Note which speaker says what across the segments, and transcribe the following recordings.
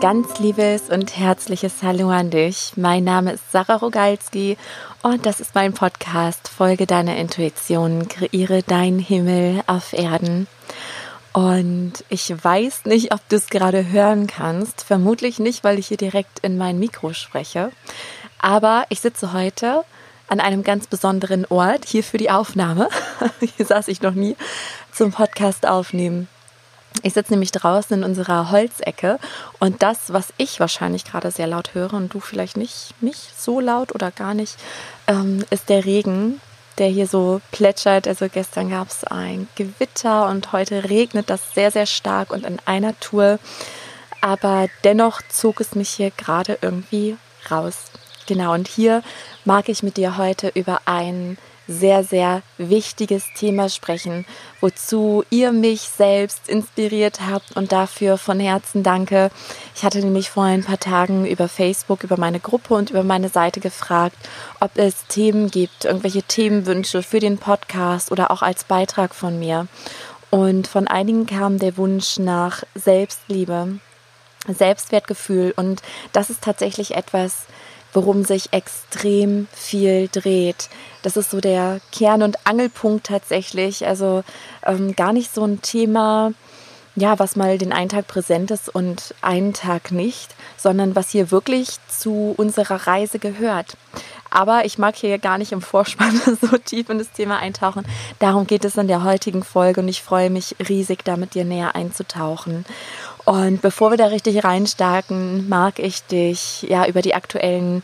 Speaker 1: ganz liebes und herzliches Hallo an dich. Mein Name ist Sarah Rogalski und das ist mein Podcast Folge deiner Intuition, kreiere deinen Himmel auf Erden. Und ich weiß nicht, ob du es gerade hören kannst, vermutlich nicht, weil ich hier direkt in mein Mikro spreche, aber ich sitze heute an einem ganz besonderen Ort, hier für die Aufnahme. Hier saß ich noch nie zum Podcast aufnehmen. Ich sitze nämlich draußen in unserer Holzecke und das, was ich wahrscheinlich gerade sehr laut höre und du vielleicht nicht so laut oder gar nicht, ist der Regen, der hier so plätschert. Also gestern gab es ein Gewitter und heute regnet das sehr, sehr stark und in einer Tour. Aber dennoch zog es mich hier gerade irgendwie raus. Genau, und hier mag ich mit dir heute über ein sehr, sehr wichtiges Thema sprechen, wozu ihr mich selbst inspiriert habt und dafür von Herzen danke. Ich hatte nämlich vor ein paar Tagen über Facebook, über meine Gruppe und über meine Seite gefragt, ob es Themen gibt, irgendwelche Themenwünsche für den Podcast oder auch als Beitrag von mir. Und von einigen kam der Wunsch nach Selbstliebe, Selbstwertgefühl, und das ist tatsächlich etwas, worum sich extrem viel dreht. Das ist so der Kern- und Angelpunkt tatsächlich. Also gar nicht so ein Thema, ja, was mal den einen Tag präsent ist und einen Tag nicht, sondern was hier wirklich zu unserer Reise gehört. Aber ich mag hier gar nicht im Vorspann so tief in das Thema eintauchen. Darum geht es in der heutigen Folge und ich freue mich riesig, da mit dir näher einzutauchen. Und bevor wir da richtig reinstarten, mag ich dich ja über die aktuellen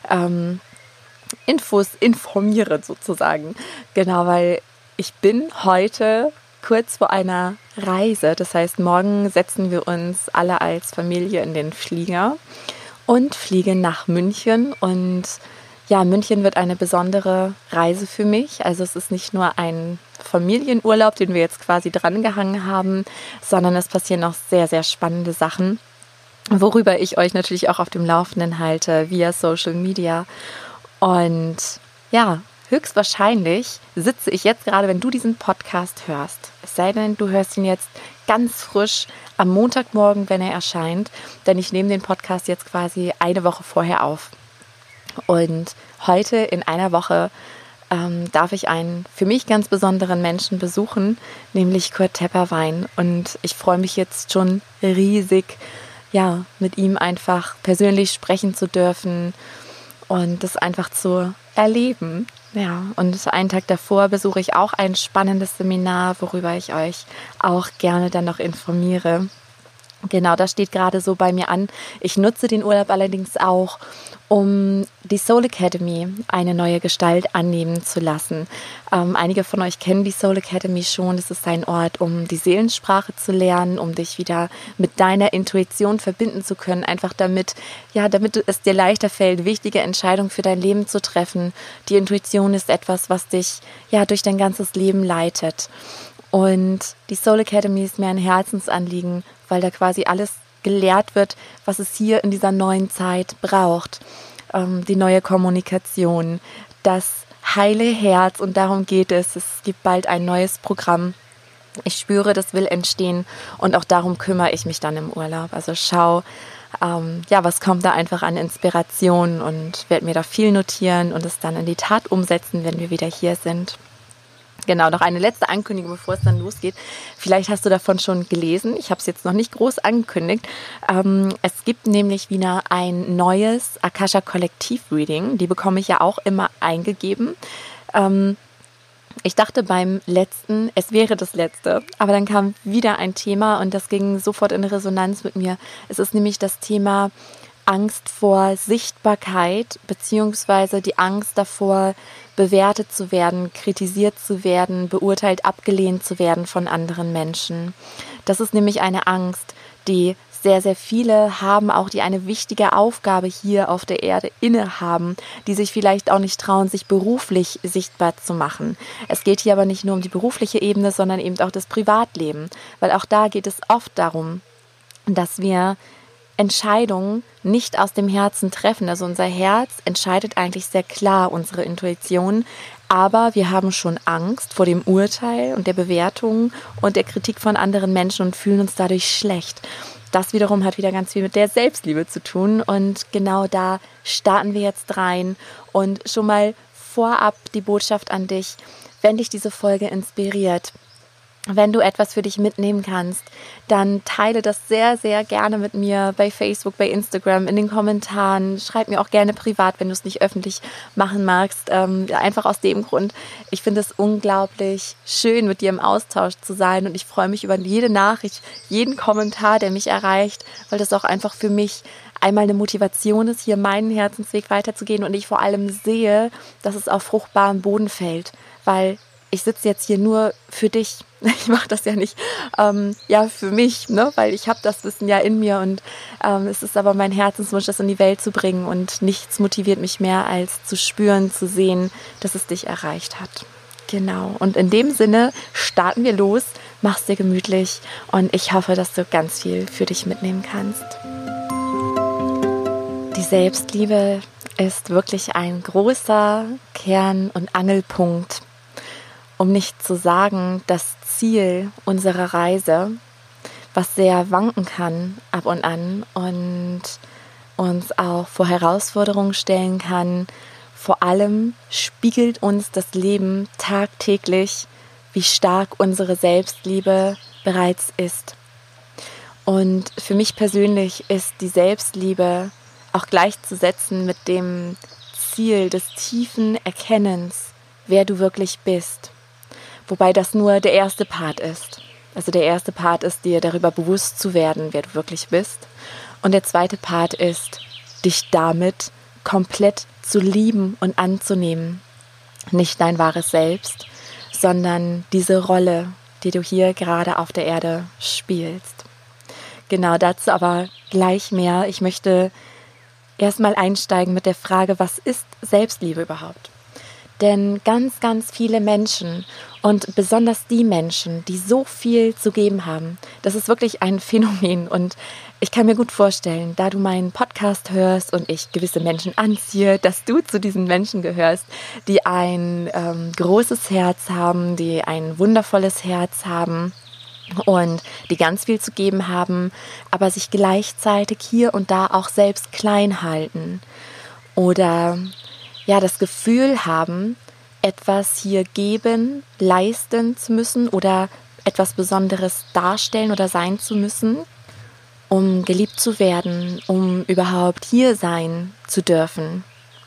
Speaker 1: Infos informieren sozusagen. Genau, weil ich bin heute kurz vor einer Reise. Das heißt, morgen setzen wir uns alle als Familie in den Flieger und fliegen nach München. Und ja, München wird eine besondere Reise für mich. Also es ist nicht nur ein Familienurlaub, den wir jetzt quasi drangehangen haben, sondern es passieren noch sehr, sehr spannende Sachen, worüber ich euch natürlich auch auf dem Laufenden halte via Social Media. Und ja, höchstwahrscheinlich sitze ich jetzt gerade, wenn du diesen Podcast hörst, es sei denn, du hörst ihn jetzt ganz frisch am Montagmorgen, wenn er erscheint, denn ich nehme den Podcast jetzt quasi eine Woche vorher auf. Und heute in einer Woche darf ich einen für mich ganz besonderen Menschen besuchen, nämlich Kurt Tepperwein. Und ich freue mich jetzt schon riesig, ja, mit ihm einfach persönlich sprechen zu dürfen und das einfach zu erleben. Ja, und einen Tag davor besuche ich auch ein spannendes Seminar, worüber ich euch auch gerne dann noch informiere. Genau, das steht gerade so bei mir an. Ich nutze den Urlaub allerdings auch, um die Soul Academy eine neue Gestalt annehmen zu lassen. Einige von euch kennen die Soul Academy schon. Das ist ein Ort, um die Seelensprache zu lernen, um dich wieder mit deiner Intuition verbinden zu können. Einfach damit es dir leichter fällt, wichtige Entscheidungen für dein Leben zu treffen. Die Intuition ist etwas, was dich ja durch dein ganzes Leben leitet. Und die Soul Academy ist mir ein Herzensanliegen, weil da quasi alles gelehrt wird, was es hier in dieser neuen Zeit braucht. Die neue Kommunikation, das heile Herz, und darum geht es. Es gibt bald ein neues Programm. Ich spüre, das will entstehen und auch darum kümmere ich mich dann im Urlaub. Also schau, was kommt da einfach an Inspiration, und werde mir da viel notieren und es dann in die Tat umsetzen, wenn wir wieder hier sind. Genau, noch eine letzte Ankündigung, bevor es dann losgeht. Vielleicht hast du davon schon gelesen. Ich habe es jetzt noch nicht groß angekündigt. Es gibt nämlich wieder ein neues Akasha Kollektiv Reading. Die bekomme ich ja auch immer eingegeben. Ich dachte beim letzten, es wäre das letzte, aber dann kam wieder ein Thema und das ging sofort in Resonanz mit mir. Es ist nämlich das Thema Angst vor Sichtbarkeit, beziehungsweise die Angst davor, bewertet zu werden, kritisiert zu werden, beurteilt, abgelehnt zu werden von anderen Menschen. Das ist nämlich eine Angst, die sehr, sehr viele haben, auch die eine wichtige Aufgabe hier auf der Erde innehaben, die sich vielleicht auch nicht trauen, sich beruflich sichtbar zu machen. Es geht hier aber nicht nur um die berufliche Ebene, sondern eben auch das Privatleben, weil auch da geht es oft darum, dass wir Entscheidungen nicht aus dem Herzen treffen. Also unser Herz entscheidet eigentlich sehr klar unsere Intuition, aber wir haben schon Angst vor dem Urteil und der Bewertung und der Kritik von anderen Menschen und fühlen uns dadurch schlecht. das wiederum hat wieder ganz viel mit der Selbstliebe zu tun. Und genau da starten wir jetzt rein. Und schon mal vorab die Botschaft an dich, wenn dich diese Folge inspiriert, wenn du etwas für dich mitnehmen kannst, dann teile das sehr, sehr gerne mit mir bei Facebook, bei Instagram, in den Kommentaren. Schreib mir auch gerne privat, wenn du es nicht öffentlich machen magst. Einfach aus dem Grund, ich finde es unglaublich schön, mit dir im Austausch zu sein. Und ich freue mich über jede Nachricht, jeden Kommentar, der mich erreicht, weil das auch einfach für mich einmal eine Motivation ist, hier meinen Herzensweg weiterzugehen. Und ich vor allem sehe, dass es auf fruchtbaren Boden fällt, weil ich sitze jetzt hier nur für dich. Ich mache das ja nicht für mich, ne? Weil ich habe das Wissen ja in mir und es ist aber mein Herzenswunsch, das in die Welt zu bringen und nichts motiviert mich mehr, als zu spüren, zu sehen, dass es dich erreicht hat. Genau. Und in dem Sinne starten wir los, mach's dir gemütlich und ich hoffe, dass du ganz viel für dich mitnehmen kannst. Die Selbstliebe ist wirklich ein großer Kern- und Angelpunkt, um nicht zu sagen, das Ziel unserer Reise, was sehr wanken kann ab und an und uns auch vor Herausforderungen stellen kann. Vor allem spiegelt uns das Leben tagtäglich, wie stark unsere Selbstliebe bereits ist. Und für mich persönlich ist die Selbstliebe auch gleichzusetzen mit dem Ziel des tiefen Erkennens, wer du wirklich bist. Wobei das nur der erste Part ist. Also der erste Part ist, dir darüber bewusst zu werden, wer du wirklich bist. Und der zweite Part ist, dich damit komplett zu lieben und anzunehmen. Nicht dein wahres Selbst, sondern diese Rolle, die du hier gerade auf der Erde spielst. Genau, dazu aber gleich mehr. Ich möchte erstmal einsteigen mit der Frage, was ist Selbstliebe überhaupt? Denn ganz, ganz viele Menschen und besonders die Menschen, die so viel zu geben haben, das ist wirklich ein Phänomen. Und ich kann mir gut vorstellen, da du meinen Podcast hörst und ich gewisse Menschen anziehe, dass du zu diesen Menschen gehörst, die ein großes Herz haben, die ein wundervolles Herz haben und die ganz viel zu geben haben, aber sich gleichzeitig hier und da auch selbst klein halten oder das Gefühl haben, etwas hier geben, leisten zu müssen oder etwas Besonderes darstellen oder sein zu müssen, um geliebt zu werden, um überhaupt hier sein zu dürfen.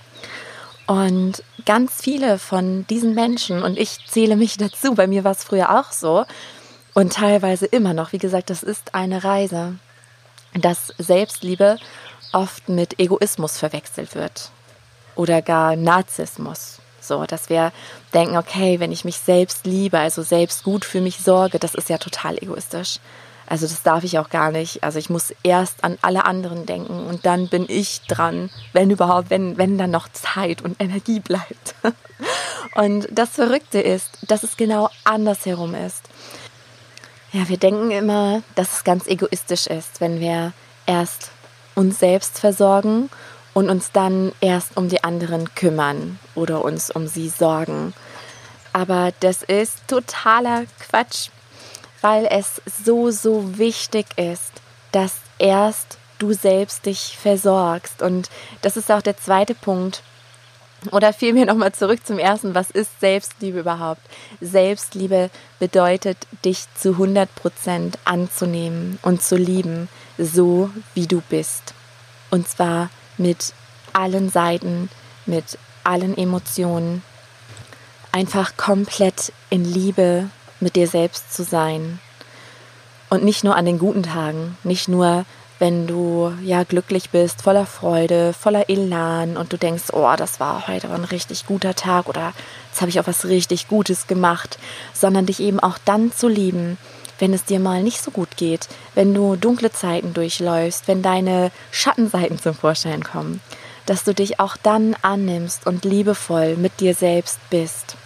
Speaker 1: Und ganz viele von diesen Menschen, und ich zähle mich dazu, bei mir war es früher auch so und teilweise immer noch, wie gesagt, das ist eine Reise, dass Selbstliebe oft mit Egoismus verwechselt wird. Oder gar Narzissmus. So, dass wir denken, okay, wenn ich mich selbst liebe, also selbst gut für mich sorge, das ist ja total egoistisch. Also das darf ich auch gar nicht. Also ich muss erst an alle anderen denken und dann bin ich dran, wenn überhaupt, wenn dann noch Zeit und Energie bleibt. Und das Verrückte ist, dass es genau andersherum ist. Ja, wir denken immer, dass es ganz egoistisch ist, wenn wir erst uns selbst versorgen und uns dann erst um die anderen kümmern oder uns um sie sorgen. Aber das ist totaler Quatsch, weil es so, so wichtig ist, dass erst du selbst dich versorgst. Und das ist auch der zweite Punkt. Oder vielmehr nochmal zurück zum ersten. Was ist Selbstliebe überhaupt? Selbstliebe bedeutet, dich zu 100% anzunehmen und zu lieben, so wie du bist. Und zwar mit allen Seiten, mit allen Emotionen. Einfach komplett in Liebe mit dir selbst zu sein. Und nicht nur an den guten Tagen, nicht nur, wenn du glücklich bist, voller Freude, voller Elan und du denkst, oh, das war heute ein richtig guter Tag oder jetzt habe ich auch was richtig Gutes gemacht, sondern dich eben auch dann zu lieben, wenn es dir mal nicht so gut geht, wenn du dunkle Zeiten durchläufst, wenn deine Schattenseiten zum Vorschein kommen, dass du dich auch dann annimmst und liebevoll mit dir selbst bist.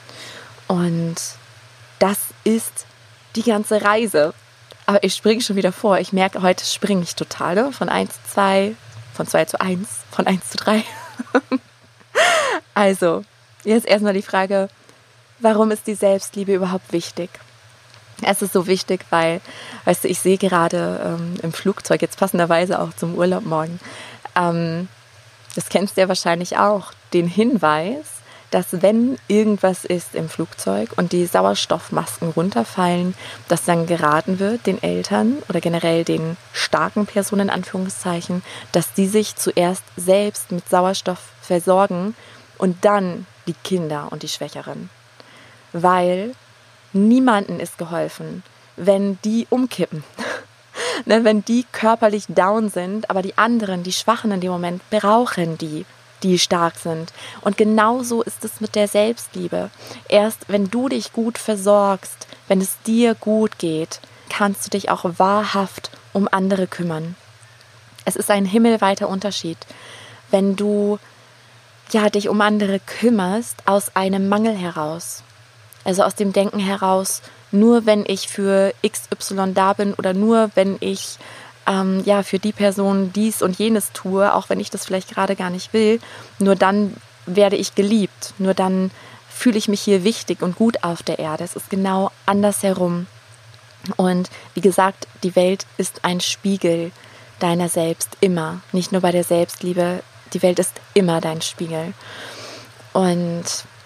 Speaker 1: Und das ist die ganze Reise. Aber ich springe schon wieder vor. Ich merke, heute springe ich total, ne? Von 1 zu 2, von 2 zu 1, von 1 zu 3. Also, jetzt erstmal die Frage, warum ist die Selbstliebe überhaupt wichtig? Es ist so wichtig, weil, weißt du, ich sehe gerade im Flugzeug, jetzt passenderweise auch zum Urlaub morgen, das kennst du ja wahrscheinlich auch, den Hinweis, dass wenn irgendwas ist im Flugzeug und die Sauerstoffmasken runterfallen, dass dann geraten wird, den Eltern oder generell den starken Personen in Anführungszeichen, dass die sich zuerst selbst mit Sauerstoff versorgen und dann die Kinder und die Schwächeren. Weil niemandem ist geholfen, wenn die umkippen. Wenn die körperlich down sind, aber die anderen, die Schwachen in dem Moment, brauchen die stark sind. Und genauso ist es mit der Selbstliebe. Erst wenn du dich gut versorgst, wenn es dir gut geht, kannst du dich auch wahrhaft um andere kümmern. Es ist ein himmelweiter Unterschied, wenn du dich um andere kümmerst aus einem Mangel heraus. Also aus dem Denken heraus, nur wenn ich für XY da bin oder nur wenn ich für die Person dies und jenes tue, auch wenn ich das vielleicht gerade gar nicht will, nur dann werde ich geliebt, nur dann fühle ich mich hier wichtig und gut auf der Erde. Es ist genau andersherum. Und wie gesagt, die Welt ist ein Spiegel deiner selbst, immer. Nicht nur bei der Selbstliebe, die Welt ist immer dein Spiegel. Und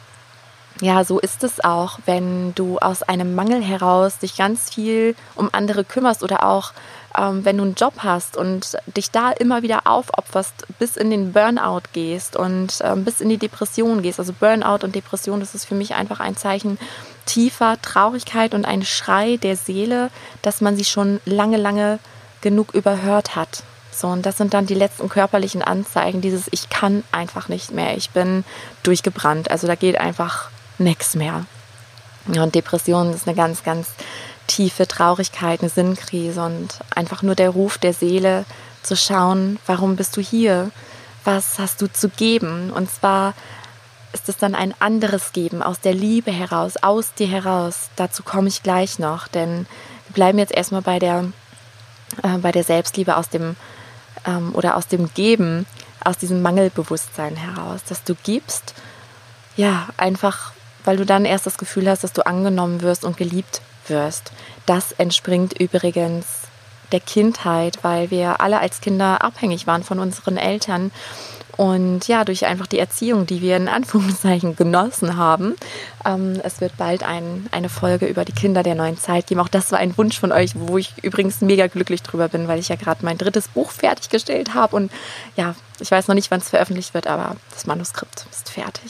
Speaker 1: ja, so ist es auch, wenn du aus einem Mangel heraus dich ganz viel um andere kümmerst oder auch wenn du einen Job hast und dich da immer wieder aufopferst, bis in den Burnout gehst und bis in die Depression gehst. Also Burnout und Depression, das ist für mich einfach ein Zeichen tiefer Traurigkeit und ein Schrei der Seele, dass man sie schon lange, lange genug überhört hat. So, und das sind dann die letzten körperlichen Anzeigen, dieses ich kann einfach nicht mehr, ich bin durchgebrannt. Also da geht einfach nichts mehr. Ja, und Depression ist eine ganz, ganz tiefe Traurigkeit, eine Sinnkrise und einfach nur der Ruf der Seele zu schauen, warum bist du hier? Was hast du zu geben? Und zwar ist es dann ein anderes Geben aus der Liebe heraus, aus dir heraus. Dazu komme ich gleich noch, denn wir bleiben jetzt erstmal bei der Selbstliebe aus dem Geben, aus diesem Mangelbewusstsein heraus, dass du gibst, ja, einfach, weil du dann erst das Gefühl hast, dass du angenommen wirst und geliebt wirst. Das entspringt übrigens der Kindheit, weil wir alle als Kinder abhängig waren von unseren Eltern und ja, durch einfach die Erziehung, die wir in Anführungszeichen genossen haben. Es wird bald eine Folge über die Kinder der neuen Zeit geben. Auch das war ein Wunsch von euch, wo ich übrigens mega glücklich drüber bin, weil ich ja gerade mein 3. Buch fertiggestellt habe und ja, ich weiß noch nicht, wann es veröffentlicht wird, aber das Manuskript ist fertig.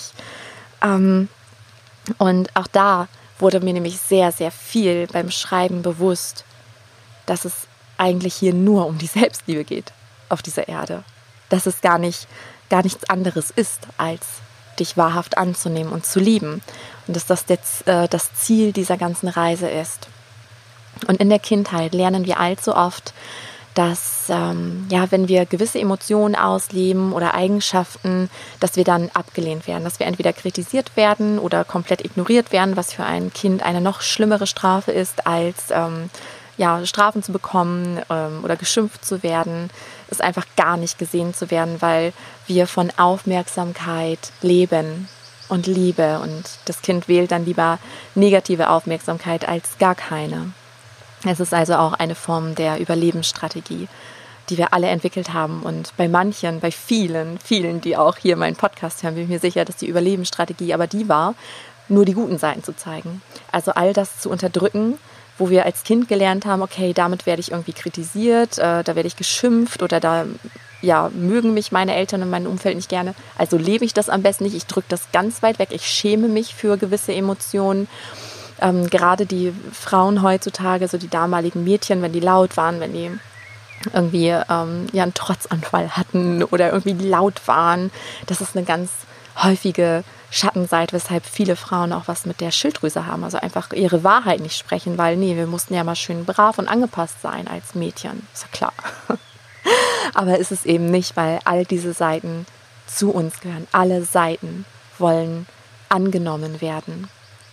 Speaker 1: Und auch da wurde mir nämlich sehr, sehr viel beim Schreiben bewusst, dass es eigentlich hier nur um die Selbstliebe geht auf dieser Erde. Dass es gar nichts anderes ist, als dich wahrhaft anzunehmen und zu lieben. Und dass das das Ziel dieser ganzen Reise ist. Und in der Kindheit lernen wir allzu oft, dass wenn wir gewisse Emotionen ausleben oder Eigenschaften, dass wir dann abgelehnt werden, dass wir entweder kritisiert werden oder komplett ignoriert werden, was für ein Kind eine noch schlimmere Strafe ist, als Strafen zu bekommen oder geschimpft zu werden, ist einfach gar nicht gesehen zu werden, weil wir von Aufmerksamkeit leben und Liebe und das Kind wählt dann lieber negative Aufmerksamkeit als gar keine. Es ist also auch eine Form der Überlebensstrategie, die wir alle entwickelt haben. Und bei vielen, die auch hier meinen Podcast hören, bin ich mir sicher, dass die Überlebensstrategie aber die war, nur die guten Seiten zu zeigen. Also all das zu unterdrücken, wo wir als Kind gelernt haben, okay, damit werde ich irgendwie kritisiert, da werde ich geschimpft oder da mögen mich meine Eltern und mein Umfeld nicht gerne. Also lebe ich das am besten nicht, ich drücke das ganz weit weg, ich schäme mich für gewisse Emotionen. Gerade die Frauen heutzutage, so die damaligen Mädchen, wenn die laut waren, wenn die irgendwie einen Trotzanfall hatten oder irgendwie laut waren, das ist eine ganz häufige Schattenseite, weshalb viele Frauen auch was mit der Schilddrüse haben, also einfach ihre Wahrheit nicht sprechen, weil wir mussten ja mal schön brav und angepasst sein als Mädchen, ist ja klar. Aber ist es eben nicht, weil all diese Seiten zu uns gehören. Alle Seiten wollen angenommen werden.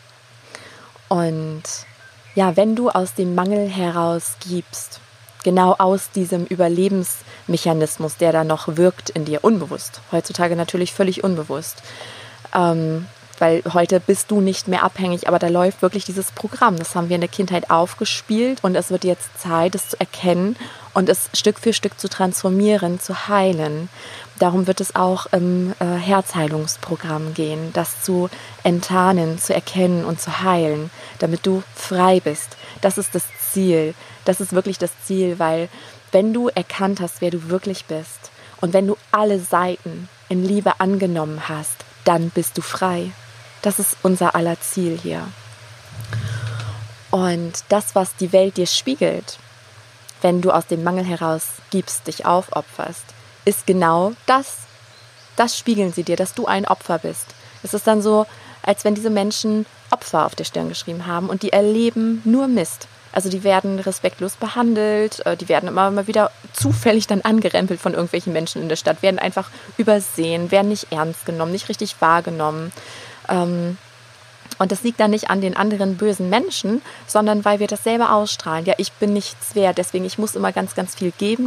Speaker 1: Und ja, wenn du aus dem Mangel heraus gibst, genau aus diesem Überlebensmechanismus, der da noch wirkt in dir, unbewusst, heutzutage natürlich völlig unbewusst, weil heute bist du nicht mehr abhängig, aber da läuft wirklich dieses Programm. Das haben wir in der Kindheit aufgespielt und es wird jetzt Zeit, es zu erkennen und es Stück für Stück zu transformieren, zu heilen. Darum wird es auch im Herzheilungsprogramm gehen, das zu enttarnen, zu erkennen und zu heilen, damit du frei bist. Das ist das Ziel. Das ist wirklich das Ziel, weil wenn du erkannt hast, wer du wirklich bist und wenn du alle Seiten in Liebe angenommen hast, dann bist du frei. Das ist unser aller Ziel hier. Und das, was die Welt dir spiegelt, wenn du aus dem Mangel heraus gibst, dich aufopferst, ist genau das. Das spiegeln sie dir, dass du ein Opfer bist. Es ist dann so, als wenn diese Menschen Opfer auf der Stirn geschrieben haben und die erleben nur Mist. Also die werden respektlos behandelt, die werden immer mal wieder zufällig dann angerempelt von irgendwelchen Menschen in der Stadt, werden einfach übersehen, werden nicht ernst genommen, nicht richtig wahrgenommen. Und das liegt dann nicht an den anderen bösen Menschen, sondern weil wir das selber ausstrahlen. Ja, ich bin nichts wert, deswegen ich muss immer ganz, ganz viel geben,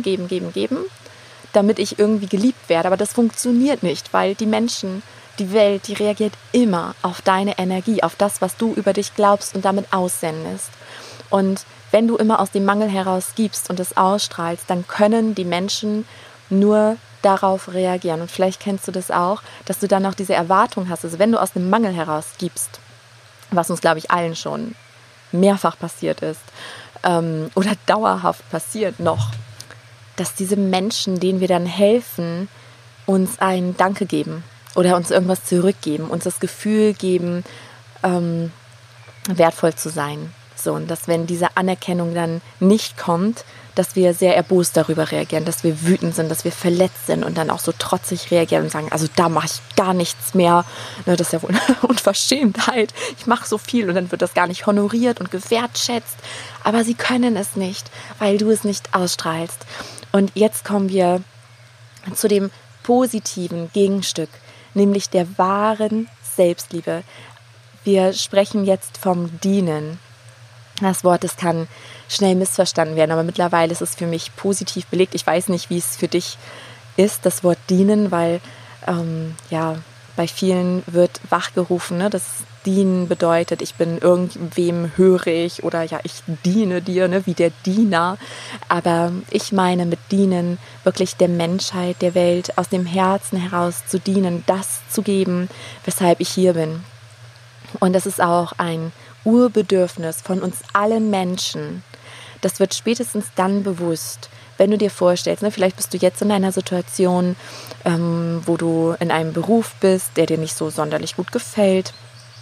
Speaker 1: damit ich irgendwie geliebt werde. Aber das funktioniert nicht, weil die Menschen, die Welt, die reagiert immer auf deine Energie, auf das, was du über dich glaubst und damit aussendest. Und wenn du immer aus dem Mangel heraus gibst und es ausstrahlst, dann können die Menschen nur darauf reagieren. Und vielleicht kennst du das auch, dass du dann auch diese Erwartung hast. Also wenn du aus dem Mangel heraus gibst, was uns, glaube ich, allen schon mehrfach passiert ist oder dauerhaft passiert noch, dass diese Menschen, denen wir dann helfen, uns ein Danke geben oder uns irgendwas zurückgeben, uns das Gefühl geben, wertvoll zu sein. So, und dass, wenn diese Anerkennung dann nicht kommt, dass wir sehr erbost darüber reagieren, dass wir wütend sind, dass wir verletzt sind und dann auch so trotzig reagieren und sagen, also da mache ich gar nichts mehr. Ne, das ist ja wohl Unverschämtheit. Ich mache so viel und dann wird das gar nicht honoriert und gewertschätzt. Aber sie können es nicht, weil du es nicht ausstrahlst. Und jetzt kommen wir zu dem positiven Gegenstück, nämlich der wahren Selbstliebe. Wir sprechen jetzt vom Dienen. Das Wort, das kann schnell missverstanden werden, aber mittlerweile ist es für mich positiv belegt. Ich weiß nicht, wie es für dich ist, das Wort dienen, weil bei vielen wird wachgerufen, ne? Das Dienen bedeutet, ich bin irgendwem hörig oder ja, ich diene dir, ne? Wie der Diener. Aber ich meine mit dienen wirklich der Menschheit, der Welt, aus dem Herzen heraus zu dienen, das zu geben, weshalb ich hier bin. Und das ist auch ein Urbedürfnis von uns allen Menschen. Das wird spätestens dann bewusst, wenn du dir vorstellst, ne, vielleicht bist du jetzt in einer Situation, wo du in einem Beruf bist, der dir nicht so sonderlich gut gefällt,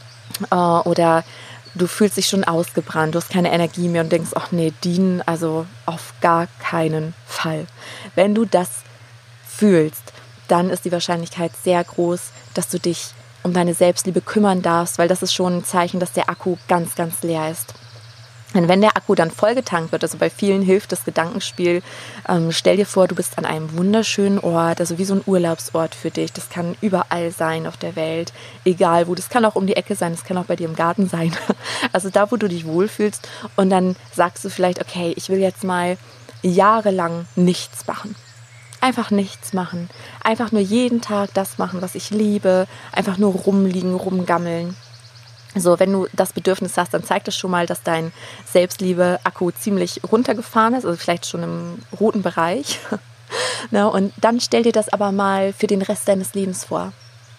Speaker 1: oder du fühlst dich schon ausgebrannt, du hast keine Energie mehr und denkst, ach nee, dienen, also auf gar keinen Fall. Wenn du das fühlst, dann ist die Wahrscheinlichkeit sehr groß, dass du dich um deine Selbstliebe kümmern darfst, weil das ist schon ein Zeichen, dass der Akku ganz, ganz leer ist. Und wenn der Akku dann vollgetankt wird, also bei vielen hilft das Gedankenspiel, stell dir vor, du bist an einem wunderschönen Ort, also wie so ein Urlaubsort für dich. Das kann überall sein auf der Welt, egal wo. Das kann auch um die Ecke sein, das kann auch bei dir im Garten sein. Also da, wo du dich wohlfühlst. Und dann sagst du vielleicht, okay, ich will jetzt mal jahrelang nichts machen. Einfach nichts machen. Einfach nur jeden Tag das machen, was ich liebe. Einfach nur rumliegen, rumgammeln. So, wenn du das Bedürfnis hast, dann zeigt das schon mal, dass dein Selbstliebe-Akku ziemlich runtergefahren ist, also vielleicht schon im roten Bereich. Na, und dann stell dir das aber mal für den Rest deines Lebens vor.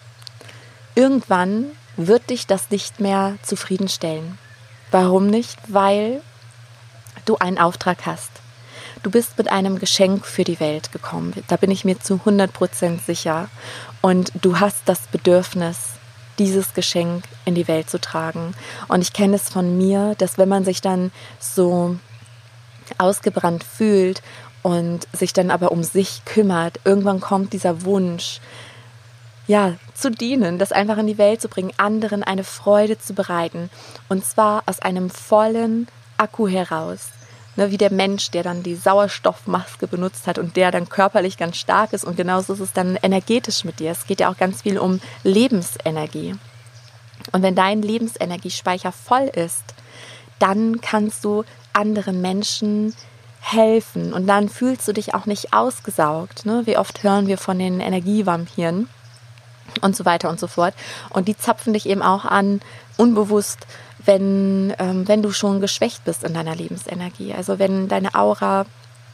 Speaker 1: Irgendwann wird dich das nicht mehr zufriedenstellen. Warum nicht? Weil du einen Auftrag hast. Du bist mit einem Geschenk für die Welt gekommen. Da bin ich mir zu 100% sicher. Und du hast das Bedürfnis, dieses Geschenk in die Welt zu tragen. Und ich kenne es von mir, dass wenn man sich dann so ausgebrannt fühlt und sich dann aber um sich kümmert, irgendwann kommt dieser Wunsch, ja, zu dienen, das einfach in die Welt zu bringen, anderen eine Freude zu bereiten. Und zwar aus einem vollen Akku heraus. Ne, wie der Mensch, der dann die Sauerstoffmaske benutzt hat und der dann körperlich ganz stark ist. Und genauso ist es dann energetisch mit dir. Es geht ja auch ganz viel um Lebensenergie. Und wenn dein Lebensenergiespeicher voll ist, dann kannst du anderen Menschen helfen. Und dann fühlst du dich auch nicht ausgesaugt. Ne? Wie oft hören wir von den Energievampiren? und so weiter und so fort. Und die zapfen dich eben auch an, unbewusst, wenn du schon geschwächt bist in deiner Lebensenergie. Also wenn deine Aura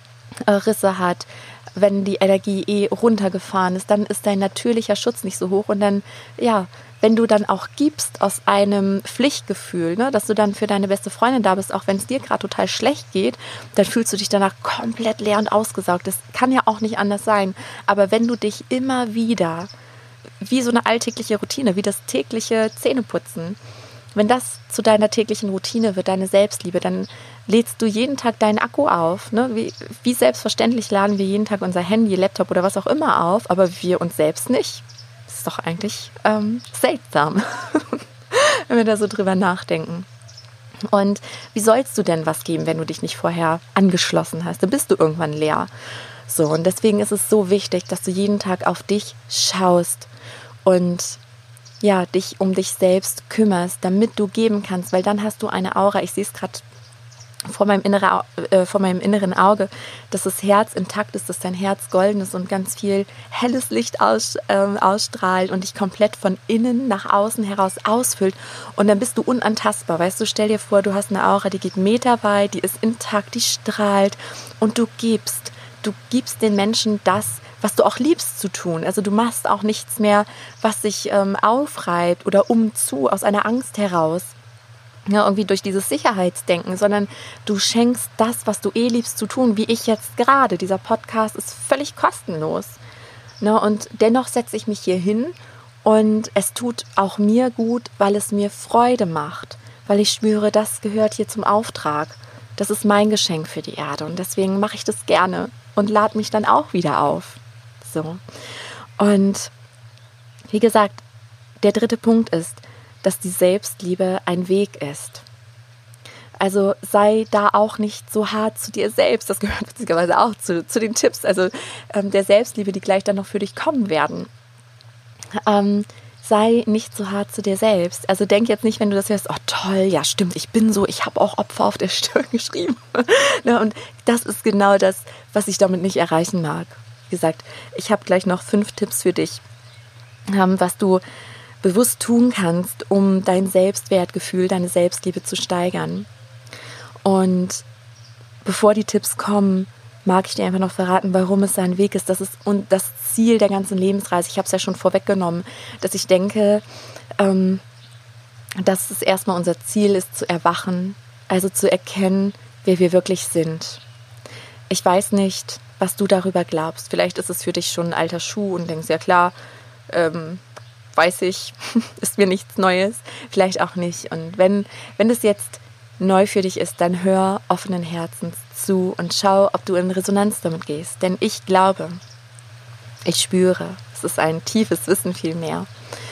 Speaker 1: Risse hat, wenn die Energie runtergefahren ist, dann ist dein natürlicher Schutz nicht so hoch. Und dann, ja, wenn du dann auch gibst aus einem Pflichtgefühl, ne, dass du dann für deine beste Freundin da bist, auch wenn es dir gerade total schlecht geht, dann fühlst du dich danach komplett leer und ausgesaugt. Das kann ja auch nicht anders sein. Aber wenn du dich immer wieder, wie so eine alltägliche Routine, wie das tägliche Zähneputzen, wenn das zu deiner täglichen Routine wird, deine Selbstliebe, dann lädst du jeden Tag deinen Akku auf. Ne? Wie selbstverständlich laden wir jeden Tag unser Handy, Laptop oder was auch immer auf, aber wir uns selbst nicht. Das ist doch eigentlich seltsam, wenn wir da so drüber nachdenken. Und wie sollst du denn was geben, wenn du dich nicht vorher angeschlossen hast? Dann bist du irgendwann leer. So, und deswegen ist es so wichtig, dass du jeden Tag auf dich schaust und ja, dich um dich selbst kümmerst, damit du geben kannst, weil dann hast du eine Aura. Ich sehe es gerade vor meinem inneren Auge, dass das Herz intakt ist, dass dein Herz golden ist und ganz viel helles Licht ausstrahlt und dich komplett von innen nach außen heraus ausfüllt. Und dann bist du unantastbar. Weißt du, stell dir vor, du hast eine Aura, die geht meterweit, die ist intakt, die strahlt und du gibst den Menschen das, was du auch liebst zu tun. Also du machst auch nichts mehr, was sich aufreibt oder aus einer Angst heraus. Ja, irgendwie durch dieses Sicherheitsdenken, sondern du schenkst das, was du liebst zu tun, wie ich jetzt gerade. Dieser Podcast ist völlig kostenlos. Ne? Und dennoch setze ich mich hier hin und es tut auch mir gut, weil es mir Freude macht, weil ich spüre, das gehört hier zum Auftrag. Das ist mein Geschenk für die Erde und deswegen mache ich das gerne und lade mich dann auch wieder auf. So. Und wie gesagt, der dritte Punkt ist, dass die Selbstliebe ein Weg ist. Also sei da auch nicht so hart zu dir selbst. Das gehört witzigerweise auch zu den Tipps, also der Selbstliebe, die gleich dann noch für dich kommen werden. Sei nicht so hart zu dir selbst. Also denk jetzt nicht, wenn du das hörst, oh toll, ja stimmt, ich bin so, ich habe auch Opfer auf der Stirn geschrieben. Und das ist genau das, was ich damit nicht erreichen mag. Wie gesagt, ich habe gleich noch 5 Tipps für dich, was du bewusst tun kannst, um dein Selbstwertgefühl, deine Selbstliebe zu steigern. Und bevor die Tipps kommen, mag ich dir einfach noch verraten, warum es sein Weg ist. Das ist und das Ziel der ganzen Lebensreise. Ich habe es ja schon vorweggenommen, dass ich denke, dass es erstmal unser Ziel ist, zu erwachen, also zu erkennen, wer wir wirklich sind. Ich weiß nicht, was du darüber glaubst. Vielleicht ist es für dich schon ein alter Schuh und denkst, ja klar, weiß ich, ist mir nichts Neues. Vielleicht auch nicht. Und wenn es jetzt neu für dich ist, dann hör offenen Herzens zu und schau, ob du in Resonanz damit gehst. Denn ich glaube, ich spüre, es ist ein tiefes Wissen vielmehr,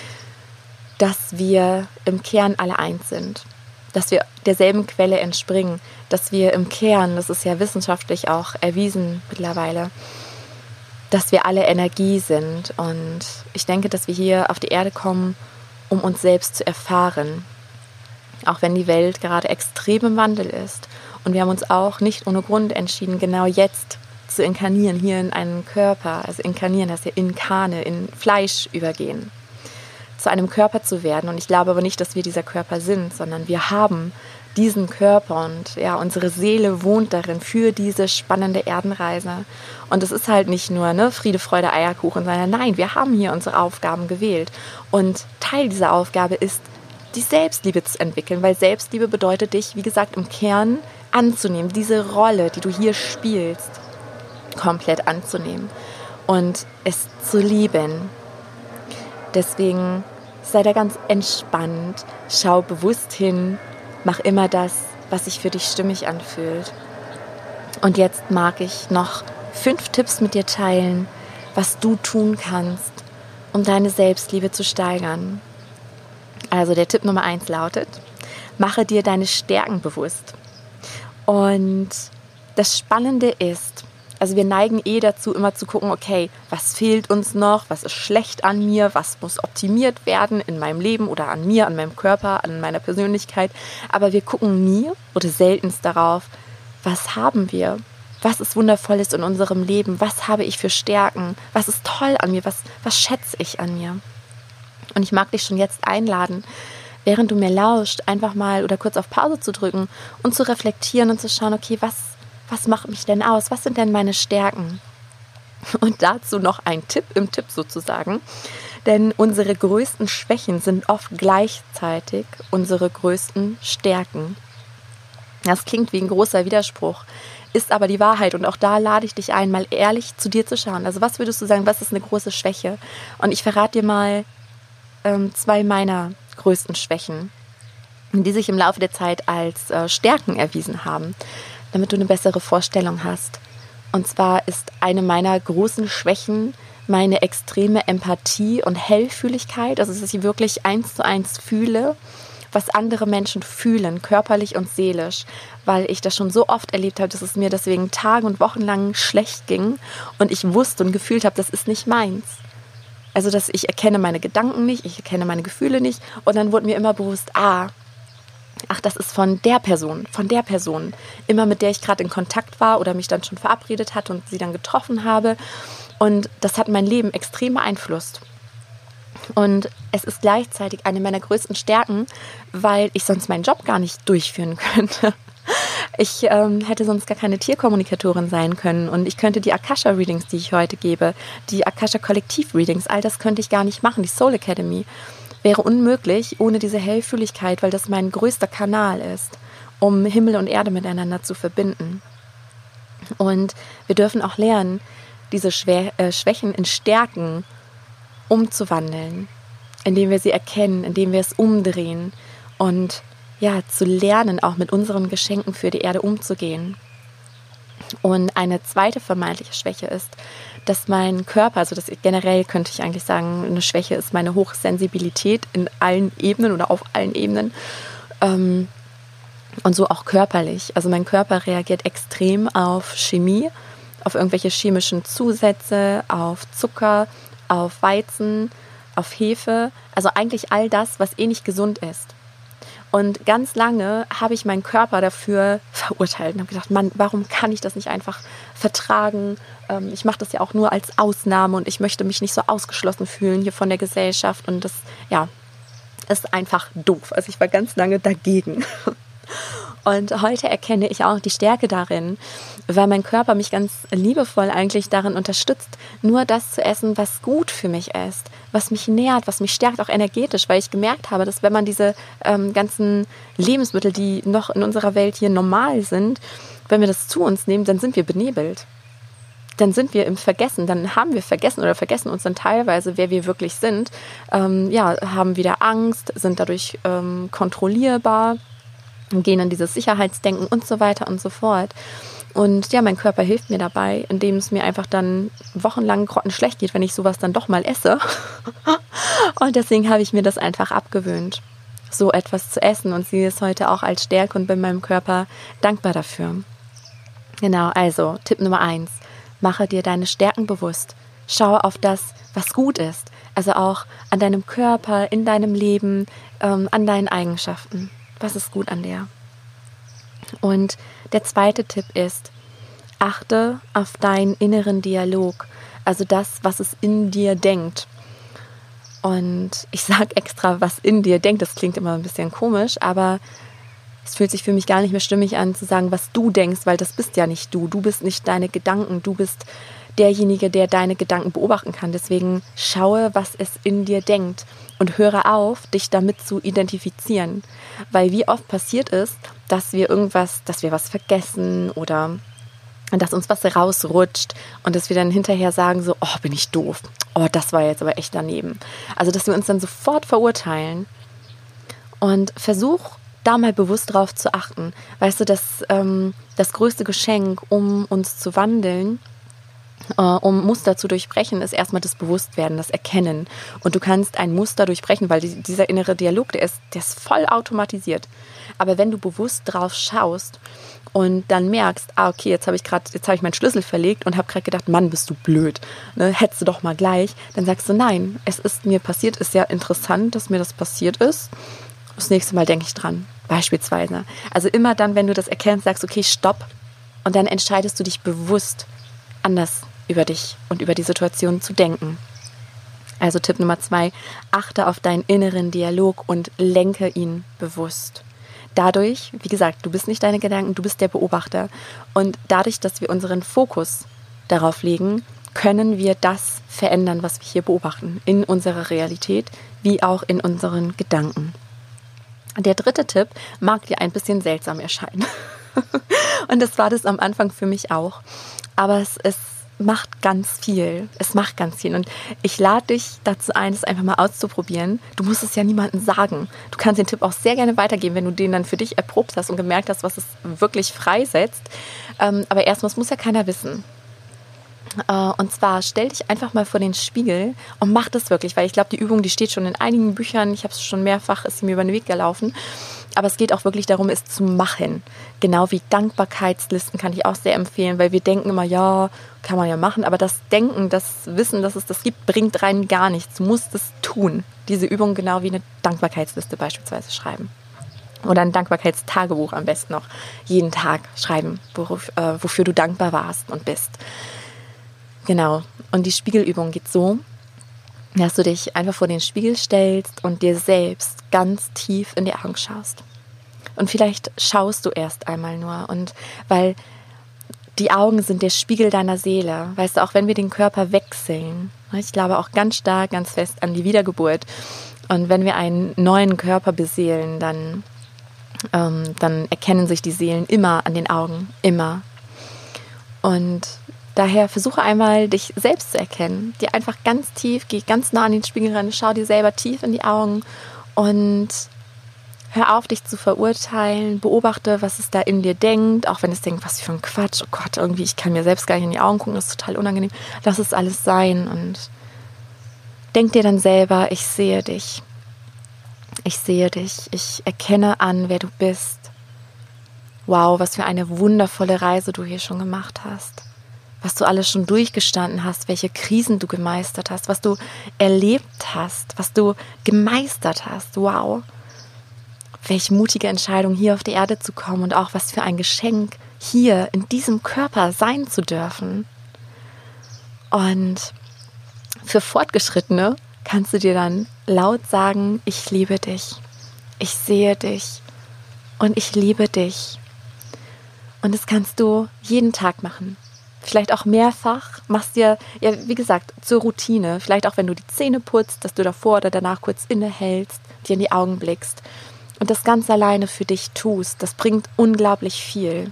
Speaker 1: dass wir im Kern alle eins sind, dass wir derselben Quelle entspringen, dass wir im Kern, das ist ja wissenschaftlich auch erwiesen mittlerweile, dass wir alle Energie sind. Und ich denke, dass wir hier auf die Erde kommen, um uns selbst zu erfahren. Auch wenn die Welt gerade extrem im Wandel ist. Und wir haben uns auch nicht ohne Grund entschieden, genau jetzt zu inkarnieren, hier in einen Körper. Also inkarnieren heißt ja Inkarne, in Fleisch übergehen. Zu einem Körper zu werden. Und ich glaube aber nicht, dass wir dieser Körper sind, sondern wir haben diesen Körper und ja, unsere Seele wohnt darin für diese spannende Erdenreise. Und es ist halt nicht nur Friede, Freude, Eierkuchen, sondern nein, wir haben hier unsere Aufgaben gewählt. Und Teil dieser Aufgabe ist, die Selbstliebe zu entwickeln, weil Selbstliebe bedeutet dich, wie gesagt, im Kern anzunehmen, diese Rolle, die du hier spielst, komplett anzunehmen und es zu lieben. Deswegen sei da ganz entspannt, schau bewusst hin, mach immer das, was sich für dich stimmig anfühlt. Und jetzt mag ich noch 5 Tipps mit dir teilen, was du tun kannst, um deine Selbstliebe zu steigern. Also der Tipp Nummer 1 lautet, mache dir deine Stärken bewusst. Und das Spannende ist, also wir neigen dazu, immer zu gucken, okay, was fehlt uns noch, was ist schlecht an mir, was muss optimiert werden in meinem Leben oder an mir, an meinem Körper, an meiner Persönlichkeit. Aber wir gucken nie oder seltenst darauf, was haben wir, was ist Wundervolles in unserem Leben, was habe ich für Stärken, was ist toll an mir, was schätze ich an mir. Und ich mag dich schon jetzt einladen, während du mir lauscht, einfach mal oder kurz auf Pause zu drücken und zu reflektieren und zu schauen, okay, was macht mich denn aus? Was sind denn meine Stärken? Und dazu noch ein Tipp im Tipp sozusagen. Denn unsere größten Schwächen sind oft gleichzeitig unsere größten Stärken. Das klingt wie ein großer Widerspruch, ist aber die Wahrheit. Und auch da lade ich dich ein, mal ehrlich zu dir zu schauen. Also was würdest du sagen, was ist eine große Schwäche? Und ich verrate dir mal 2 meiner größten Schwächen, die sich im Laufe der Zeit als Stärken erwiesen haben, damit du eine bessere Vorstellung hast. Und zwar ist eine meiner großen Schwächen meine extreme Empathie und Hellfühligkeit, also dass ich wirklich 1:1 fühle, was andere Menschen fühlen, körperlich und seelisch, weil ich das schon so oft erlebt habe, dass es mir deswegen Tage und Wochen lang schlecht ging und ich wusste und gefühlt habe, das ist nicht meins. Also, dass ich erkenne meine Gedanken nicht, ich erkenne meine Gefühle nicht und dann wurde mir immer bewusst, ach, das ist von der Person, immer mit der ich gerade in Kontakt war oder mich dann schon verabredet hatte und sie dann getroffen habe. Und das hat mein Leben extrem beeinflusst. Und es ist gleichzeitig eine meiner größten Stärken, weil ich sonst meinen Job gar nicht durchführen könnte. Ich hätte sonst gar keine Tierkommunikatorin sein können und ich könnte die Akasha-Readings, die ich heute gebe, die Akasha-Kollektiv-Readings, all das könnte ich gar nicht machen, die Soul Academy. Wäre unmöglich ohne diese Hellfühligkeit, weil das mein größter Kanal ist, um Himmel und Erde miteinander zu verbinden. Und wir dürfen auch lernen, diese Schwächen in Stärken umzuwandeln, indem wir sie erkennen, indem wir es umdrehen und ja, zu lernen, auch mit unseren Geschenken für die Erde umzugehen. Und eine zweite vermeintliche Schwäche ist, dass mein Körper, also das generell könnte ich eigentlich sagen, eine Schwäche ist meine Hochsensibilität in allen Ebenen oder auf allen Ebenen und so auch körperlich. Also mein Körper reagiert extrem auf Chemie, auf irgendwelche chemischen Zusätze, auf Zucker, auf Weizen, auf Hefe, also eigentlich all das, was nicht gesund ist. Und ganz lange habe ich meinen Körper dafür verurteilt und habe gedacht, Mann, warum kann ich das nicht einfach vertragen? Ich mache das ja auch nur als Ausnahme und ich möchte mich nicht so ausgeschlossen fühlen hier von der Gesellschaft. Und das, ja, ist einfach doof. Also ich war ganz lange dagegen. Und heute erkenne ich auch die Stärke darin, weil mein Körper mich ganz liebevoll eigentlich darin unterstützt, nur das zu essen, was gut für mich ist, was mich nährt, was mich stärkt, auch energetisch, weil ich gemerkt habe, dass wenn man diese ganzen Lebensmittel, die noch in unserer Welt hier normal sind, wenn wir das zu uns nehmen, dann sind wir benebelt. Dann sind wir im Vergessen, dann haben wir vergessen oder vergessen uns dann teilweise, wer wir wirklich sind, haben wieder Angst, sind dadurch kontrollierbar, gehen in dieses Sicherheitsdenken und so weiter und so fort. Und ja, mein Körper hilft mir dabei, indem es mir einfach dann wochenlang grottenschlecht geht, wenn ich sowas dann doch mal esse. Und deswegen habe ich mir das einfach abgewöhnt, so etwas zu essen und sehe es heute auch als Stärke und bin meinem Körper dankbar dafür. Genau, also Tipp Nummer 1, mache dir deine Stärken bewusst. Schaue auf das, was gut ist. Also auch an deinem Körper, in deinem Leben, an deinen Eigenschaften. Was ist gut an der? Und der zweite Tipp ist, achte auf deinen inneren Dialog, also das, was es in dir denkt. Und ich sage extra, was in dir denkt, das klingt immer ein bisschen komisch, aber es fühlt sich für mich gar nicht mehr stimmig an, zu sagen, was du denkst, weil das bist ja nicht du. Du bist nicht deine Gedanken, du bist derjenige, der deine Gedanken beobachten kann. Deswegen schaue, was es in dir denkt und höre auf, dich damit zu identifizieren. Weil wie oft passiert es, dass wir was vergessen oder dass uns was rausrutscht und dass wir dann hinterher sagen so, oh, bin ich doof. Oh, das war jetzt aber echt daneben. Also, dass wir uns dann sofort verurteilen. Und versuch da mal bewusst drauf zu achten. Weißt du, das größte Geschenk, um uns zu wandeln, um Muster zu durchbrechen, ist erstmal das Bewusstwerden, das Erkennen. Und du kannst ein Muster durchbrechen, weil dieser innere Dialog, der ist voll automatisiert. Aber wenn du bewusst drauf schaust und dann merkst, okay, jetzt habe ich meinen Schlüssel verlegt und habe gerade gedacht, Mann, bist du blöd, ne? Hättest du doch mal gleich. Dann sagst du, nein, es ist mir passiert, ist ja interessant, dass mir das passiert ist. Das nächste Mal denke ich dran, beispielsweise. Also immer dann, wenn du das erkennst, sagst, okay, stopp. Und dann entscheidest du dich bewusst, anders über dich und über die Situation zu denken. Also Tipp Nummer 2, achte auf deinen inneren Dialog und lenke ihn bewusst. Dadurch, wie gesagt, du bist nicht deine Gedanken, du bist der Beobachter. Und dadurch, dass wir unseren Fokus darauf legen, können wir das verändern, was wir hier beobachten, in unserer Realität wie auch in unseren Gedanken. Der dritte Tipp mag dir ein bisschen seltsam erscheinen. Und das war das am Anfang für mich auch. Aber es macht ganz viel. Es macht ganz viel. Und ich lade dich dazu ein, es einfach mal auszuprobieren. Du musst es ja niemandem sagen. Du kannst den Tipp auch sehr gerne weitergeben, wenn du den dann für dich erprobt hast und gemerkt hast, was es wirklich freisetzt. Aber erstmal, es muss ja keiner wissen. Und zwar stell dich einfach mal vor den Spiegel und mach das wirklich, weil ich glaube, die Übung, die steht schon in einigen Büchern. Ich habe es schon mehrfach, ist sie mir über den Weg gelaufen. Aber es geht auch wirklich darum, es zu machen. Genau wie Dankbarkeitslisten kann ich auch sehr empfehlen, weil wir denken immer, ja, kann man ja machen. Aber das Denken, das Wissen, dass es das gibt, bringt rein gar nichts. Du musst es tun. Diese Übung genau wie eine Dankbarkeitsliste beispielsweise schreiben. Oder ein Dankbarkeitstagebuch am besten noch. Jeden Tag schreiben, wofür du dankbar warst und bist. Genau. Und die Spiegelübung geht so, dass du dich einfach vor den Spiegel stellst und dir selbst ganz tief in die Augen schaust. Und vielleicht schaust du erst einmal nur. Und weil die Augen sind der Spiegel deiner Seele. Weißt du, auch wenn wir den Körper wechseln, ich glaube auch ganz stark, ganz fest an die Wiedergeburt. Und wenn wir einen neuen Körper beseelen, dann erkennen sich die Seelen immer an den Augen. Immer. Und daher versuche einmal, dich selbst zu erkennen. Dir einfach ganz tief, geh ganz nah an den Spiegel ran, schau dir selber tief in die Augen und hör auf, dich zu verurteilen. Beobachte, was es da in dir denkt, auch wenn es denkt, was für ein Quatsch, oh Gott, irgendwie, ich kann mir selbst gar nicht in die Augen gucken, das ist total unangenehm. Lass es alles sein und denk dir dann selber, ich sehe dich. Ich sehe dich. Ich erkenne an, wer du bist. Wow, was für eine wundervolle Reise du hier schon gemacht hast. Was du alles schon durchgestanden hast, welche Krisen du gemeistert hast, was du erlebt hast, was du gemeistert hast. Wow. Welche mutige Entscheidung, hier auf die Erde zu kommen und auch was für ein Geschenk, hier in diesem Körper sein zu dürfen. Und für Fortgeschrittene kannst du dir dann laut sagen, ich liebe dich, ich sehe dich und ich liebe dich. Und das kannst du jeden Tag machen. Vielleicht auch mehrfach, machst dir, ja, wie gesagt, zur Routine. Vielleicht auch, wenn du die Zähne putzt, dass du davor oder danach kurz innehältst, dir in die Augen blickst und das ganz alleine für dich tust. Das bringt unglaublich viel.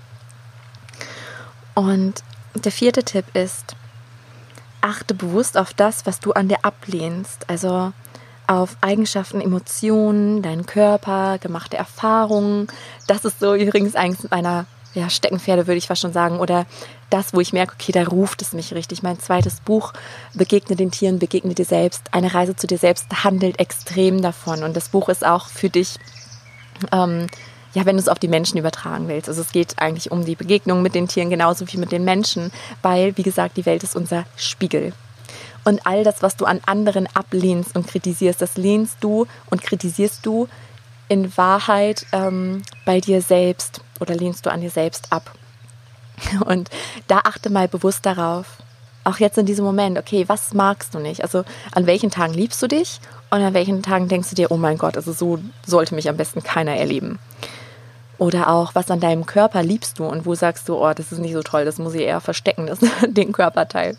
Speaker 1: Und der vierte Tipp ist, achte bewusst auf das, was du an dir ablehnst. Also auf Eigenschaften, Emotionen, deinen Körper, gemachte Erfahrungen. Das ist so übrigens eines meiner Steckenpferde, würde ich fast schon sagen, oder das, wo ich merke, okay, da ruft es mich richtig. Mein zweites Buch, Begegne den Tieren, begegne dir selbst. Eine Reise zu dir selbst handelt extrem davon. Und das Buch ist auch für dich, wenn du es auf die Menschen übertragen willst. Also es geht eigentlich um die Begegnung mit den Tieren genauso wie mit den Menschen, weil, wie gesagt, die Welt ist unser Spiegel. Und all das, was du an anderen ablehnst und kritisierst, das lehnst du und kritisierst du in Wahrheit bei dir selbst oder lehnst du an dir selbst ab. Und da achte mal bewusst darauf, auch jetzt in diesem Moment, okay, was magst du nicht? Also an welchen Tagen liebst du dich und an welchen Tagen denkst du dir, oh mein Gott, also so sollte mich am besten keiner erleben. Oder auch, was an deinem Körper liebst du und wo sagst du, oh, das ist nicht so toll, das muss ich eher verstecken, den Körperteil.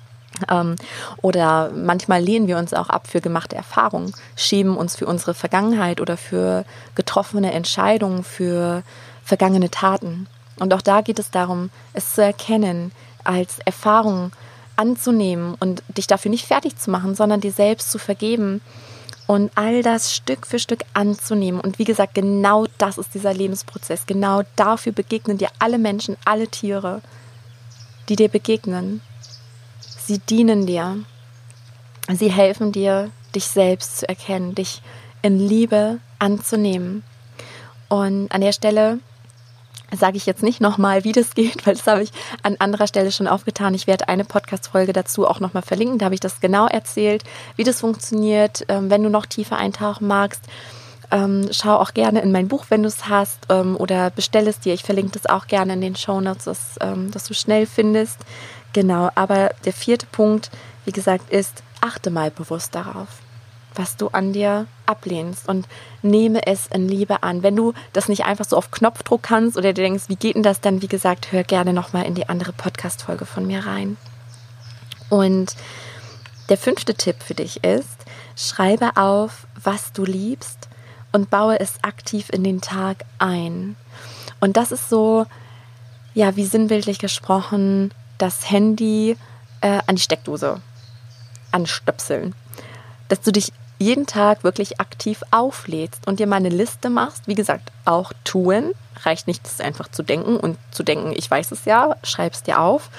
Speaker 1: Oder manchmal lehnen wir uns auch ab für gemachte Erfahrungen, schämen uns für unsere Vergangenheit oder für getroffene Entscheidungen, für vergangene Taten. Und auch da geht es darum, es zu erkennen, als Erfahrung anzunehmen und dich dafür nicht fertig zu machen, sondern dir selbst zu vergeben und all das Stück für Stück anzunehmen. Und wie gesagt, genau das ist dieser Lebensprozess. Genau dafür begegnen dir alle Menschen, alle Tiere, die dir begegnen. Sie dienen dir. Sie helfen dir, dich selbst zu erkennen, dich in Liebe anzunehmen. Und an der Stelle sage ich jetzt nicht nochmal, wie das geht, weil das habe ich an anderer Stelle schon aufgetan. Ich werde eine Podcast-Folge dazu auch nochmal verlinken. Da habe ich das genau erzählt, wie das funktioniert. Wenn du noch tiefer eintauchen magst, schau auch gerne in mein Buch, wenn du es hast, oder bestell es dir. Ich verlinke das auch gerne in den Shownotes, dass du schnell findest. Genau, aber der vierte Punkt, wie gesagt, ist, achte mal bewusst darauf, was du an dir ablehnst und nehme es in Liebe an. Wenn du das nicht einfach so auf Knopfdruck kannst oder dir denkst, wie geht denn das, dann wie gesagt, hör gerne nochmal in die andere Podcast-Folge von mir rein. Und der 5. Tipp für dich ist, schreibe auf, was du liebst und baue es aktiv in den Tag ein. Und das ist so, ja, wie sinnbildlich gesprochen, das Handy an die Steckdose anstöpseln. Dass du dich jeden Tag wirklich aktiv auflädst und dir mal eine Liste machst. Wie gesagt, auch tun. Reicht nicht, das einfach zu denken und zu denken, ich weiß es ja, schreib es dir auf.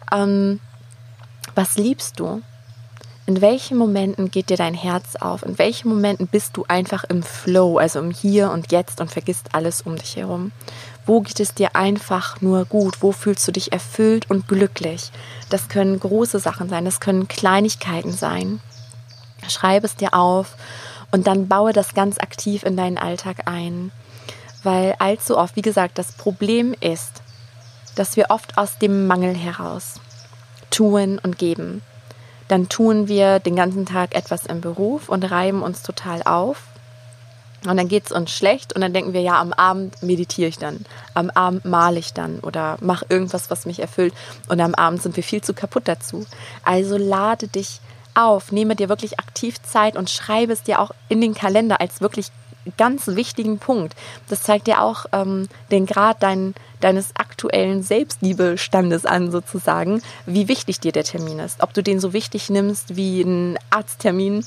Speaker 1: Was liebst du? In welchen Momenten geht dir dein Herz auf? In welchen Momenten bist du einfach im Flow, also im Hier und Jetzt und vergisst alles um dich herum? Wo geht es dir einfach nur gut? Wo fühlst du dich erfüllt und glücklich? Das können große Sachen sein, das können Kleinigkeiten sein. Schreibe es dir auf und dann baue das ganz aktiv in deinen Alltag ein. Weil allzu oft, wie gesagt, das Problem ist, dass wir oft aus dem Mangel heraus tun und geben. Dann tun wir den ganzen Tag etwas im Beruf und reiben uns total auf. Und dann geht es uns schlecht und dann denken wir, ja, am Abend meditiere ich dann, am Abend male ich dann oder mache irgendwas, was mich erfüllt. Und am Abend sind wir viel zu kaputt dazu. Also lade dich auf, nehme dir wirklich aktiv Zeit und schreibe es dir auch in den Kalender als wirklich ganz wichtigen Punkt. Das zeigt dir auch den Grad deines aktuellen Selbstliebestandes an, sozusagen, wie wichtig dir der Termin ist. Ob du den so wichtig nimmst wie einen Arzttermin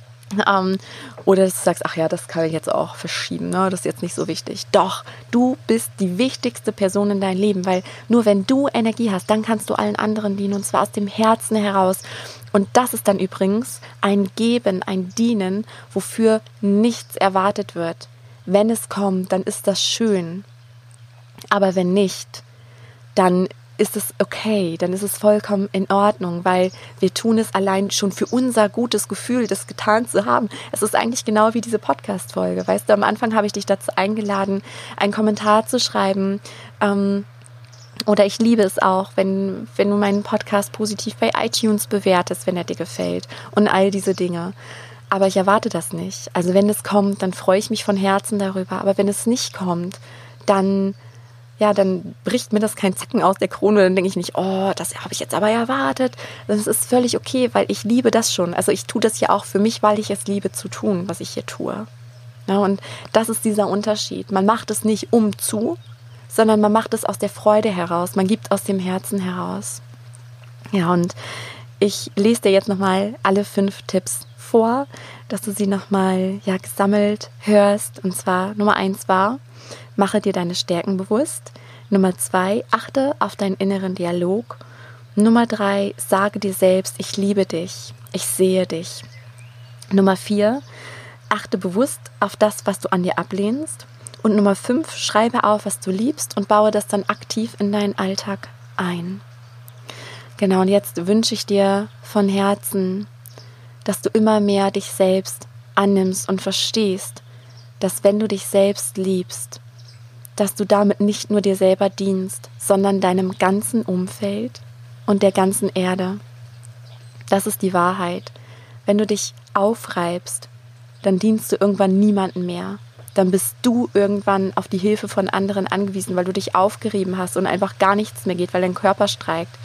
Speaker 1: oder dass du sagst, ach ja, das kann ich jetzt auch verschieben, ne? Das ist jetzt nicht so wichtig. Doch, du bist die wichtigste Person in deinem Leben, weil nur wenn du Energie hast, dann kannst du allen anderen dienen und zwar aus dem Herzen heraus. Und das ist dann übrigens ein Geben, ein Dienen, wofür nichts erwartet wird. Wenn es kommt, dann ist das schön. Aber wenn nicht, dann ist es okay, dann ist es vollkommen in Ordnung, weil wir tun es allein schon für unser gutes Gefühl, das getan zu haben. Es ist eigentlich genau wie diese Podcast-Folge. Weißt du, am Anfang habe ich dich dazu eingeladen, einen Kommentar zu schreiben, oder ich liebe es auch, wenn du meinen Podcast positiv bei iTunes bewertest, wenn er dir gefällt und all diese Dinge. Aber ich erwarte das nicht. Also wenn es kommt, dann freue ich mich von Herzen darüber. Aber wenn es nicht kommt, dann bricht mir das kein Zacken aus der Krone. Dann denke ich nicht, oh, das habe ich jetzt aber erwartet. Das ist völlig okay, weil ich liebe das schon. Also ich tue das ja auch für mich, weil ich es liebe zu tun, was ich hier tue. Ja, und das ist dieser Unterschied. Man macht es nicht sondern man macht es aus der Freude heraus. Man gibt aus dem Herzen heraus. Ja, und ich lese dir jetzt nochmal alle 5 Tipps vor, dass du sie nochmal gesammelt hörst. Und zwar Nummer 1 war, mache dir deine Stärken bewusst. Nummer 2, achte auf deinen inneren Dialog. Nummer 3, sage dir selbst, ich liebe dich, ich sehe dich. Nummer 4, achte bewusst auf das, was du an dir ablehnst. Und Nummer 5, schreibe auf, was du liebst und baue das dann aktiv in deinen Alltag ein. Genau, und jetzt wünsche ich dir von Herzen, dass du immer mehr dich selbst annimmst und verstehst, dass wenn du dich selbst liebst, dass du damit nicht nur dir selber dienst, sondern deinem ganzen Umfeld und der ganzen Erde. Das ist die Wahrheit. Wenn du dich aufreibst, dann dienst du irgendwann niemandem mehr. Dann bist du irgendwann auf die Hilfe von anderen angewiesen, weil du dich aufgerieben hast und einfach gar nichts mehr geht, weil dein Körper streikt.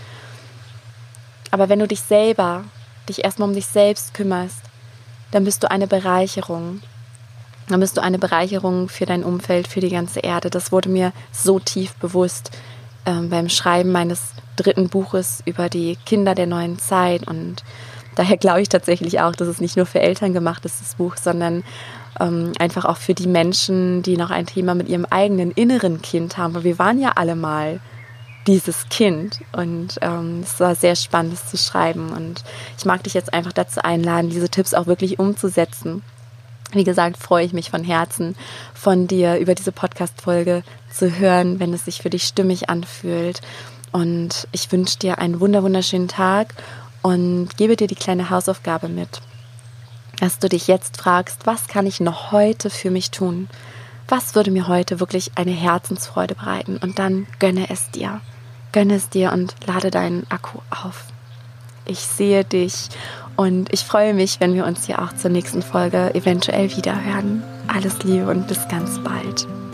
Speaker 1: Aber wenn du dich erstmal um dich selbst kümmerst, dann bist du eine Bereicherung. Dann bist du eine Bereicherung für dein Umfeld, für die ganze Erde. Das wurde mir so tief bewusst beim Schreiben meines 3. Buches über die Kinder der neuen Zeit. Und daher glaube ich tatsächlich auch, dass es nicht nur für Eltern gemacht ist, das Buch, sondern einfach auch für die Menschen, die noch ein Thema mit ihrem eigenen inneren Kind haben. Weil wir waren ja alle mal dieses Kind und es war sehr spannend, das zu schreiben. Und ich mag dich jetzt einfach dazu einladen, diese Tipps auch wirklich umzusetzen. Wie gesagt, freue ich mich von Herzen, von dir über diese Podcast-Folge zu hören, wenn es sich für dich stimmig anfühlt. Und ich wünsche dir einen wunderschönen Tag und gebe dir die kleine Hausaufgabe mit, dass du dich jetzt fragst, was kann ich noch heute für mich tun? Was würde mir heute wirklich eine Herzensfreude bereiten? Und dann gönne es dir und lade deinen Akku auf. ich sehe dich und ich freue mich, wenn wir uns hier auch zur nächsten Folge eventuell wieder hören. Alles Liebe und bis ganz bald.